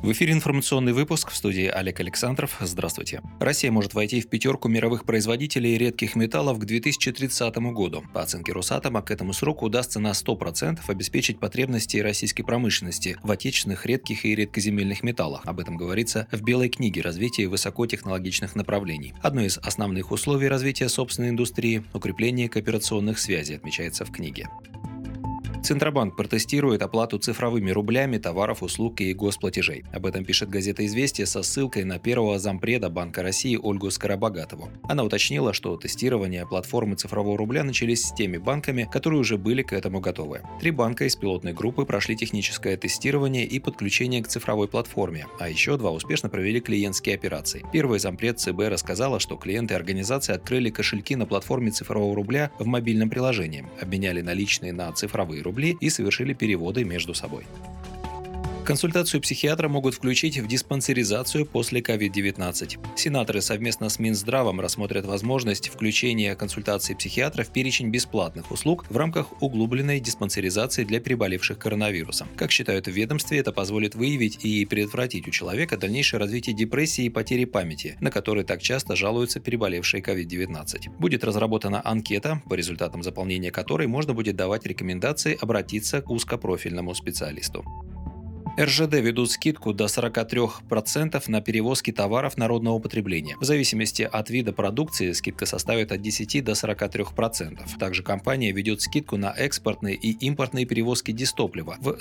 В эфире информационный выпуск, в студии Олег Александров. Здравствуйте. Россия может войти в пятерку мировых производителей редких металлов к 2030 году. По оценке Росатома, к этому сроку удастся на 100% обеспечить потребности российской промышленности в отечественных редких и редкоземельных металлах. Об этом говорится в Белой книге развития высокотехнологичных направлений. Одно из основных условий развития собственной индустрии – укрепление кооперационных связей, отмечается в книге. Центробанк протестирует оплату цифровыми рублями товаров, услуг и госплатежей. Об этом пишет газета «Известия» со ссылкой на первого зампреда Банка России Ольгу Скоробогатову. Она уточнила, что тестирование платформы цифрового рубля начались с теми банками, которые уже были к этому готовы. 3 банка из пилотной группы прошли техническое тестирование и подключение к цифровой платформе, а еще 2 успешно провели клиентские операции. Первый зампред ЦБ рассказала, что клиенты организации открыли кошельки на платформе цифрового рубля в мобильном приложении, обменяли наличные на цифровые рубли и совершили переводы между собой. Консультацию психиатра могут включить в диспансеризацию после COVID-19. Сенаторы совместно с Минздравом рассмотрят возможность включения консультации психиатра в перечень бесплатных услуг в рамках углубленной диспансеризации для переболевших коронавирусом. Как считают в ведомстве, это позволит выявить и предотвратить у человека дальнейшее развитие депрессии и потери памяти, на которые так часто жалуются переболевшие COVID-19. Будет разработана анкета, по результатам заполнения которой можно будет давать рекомендации обратиться к узкопрофильному специалисту. РЖД ведут скидку до 43% на перевозки товаров народного потребления. В зависимости от вида продукции скидка составит от 10 до 43%. Также компания ведет скидку на экспортные и импортные перевозки дистоплива в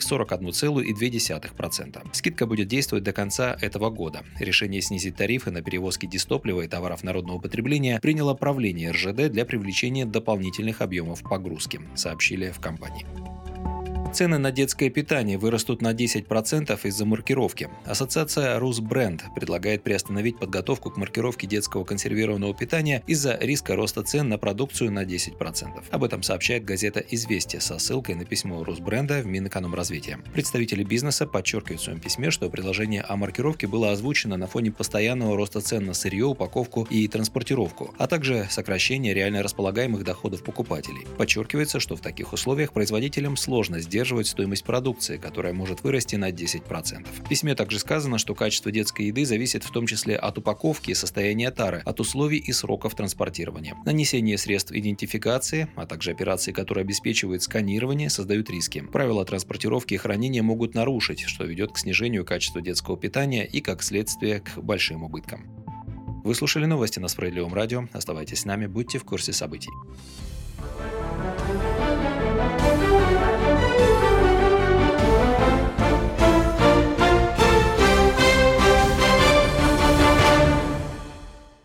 41,2%. Скидка будет действовать до конца этого года. Решение снизить тарифы на перевозки дистоплива и товаров народного потребления приняло правление РЖД для привлечения дополнительных объемов погрузки, сообщили в компании. Цены на детское питание вырастут на 10% из-за маркировки. Ассоциация «Русбренд» предлагает приостановить подготовку к маркировке детского консервированного питания из-за риска роста цен на продукцию на 10%. Об этом сообщает газета «Известия» со ссылкой на письмо Русбренда в Минэкономразвития. Представители бизнеса подчеркивают в своем письме, что предложение о маркировке было озвучено на фоне постоянного роста цен на сырье, упаковку и транспортировку, а также сокращения реально располагаемых доходов покупателей. Подчеркивается, что в таких условиях производителям сложно сдерживать стоимость продукции, которая может вырасти на 10%. В письме также сказано, что качество детской еды зависит в том числе от упаковки и состояния тары, от условий и сроков транспортирования. Нанесение средств идентификации, а также операции, которые обеспечивают сканирование, создают риски. Правила транспортировки и хранения могут нарушить, что ведет к снижению качества детского питания и, как следствие, к большим убыткам. Вы слушали новости на Справедливом радио. Оставайтесь с нами, будьте в курсе событий.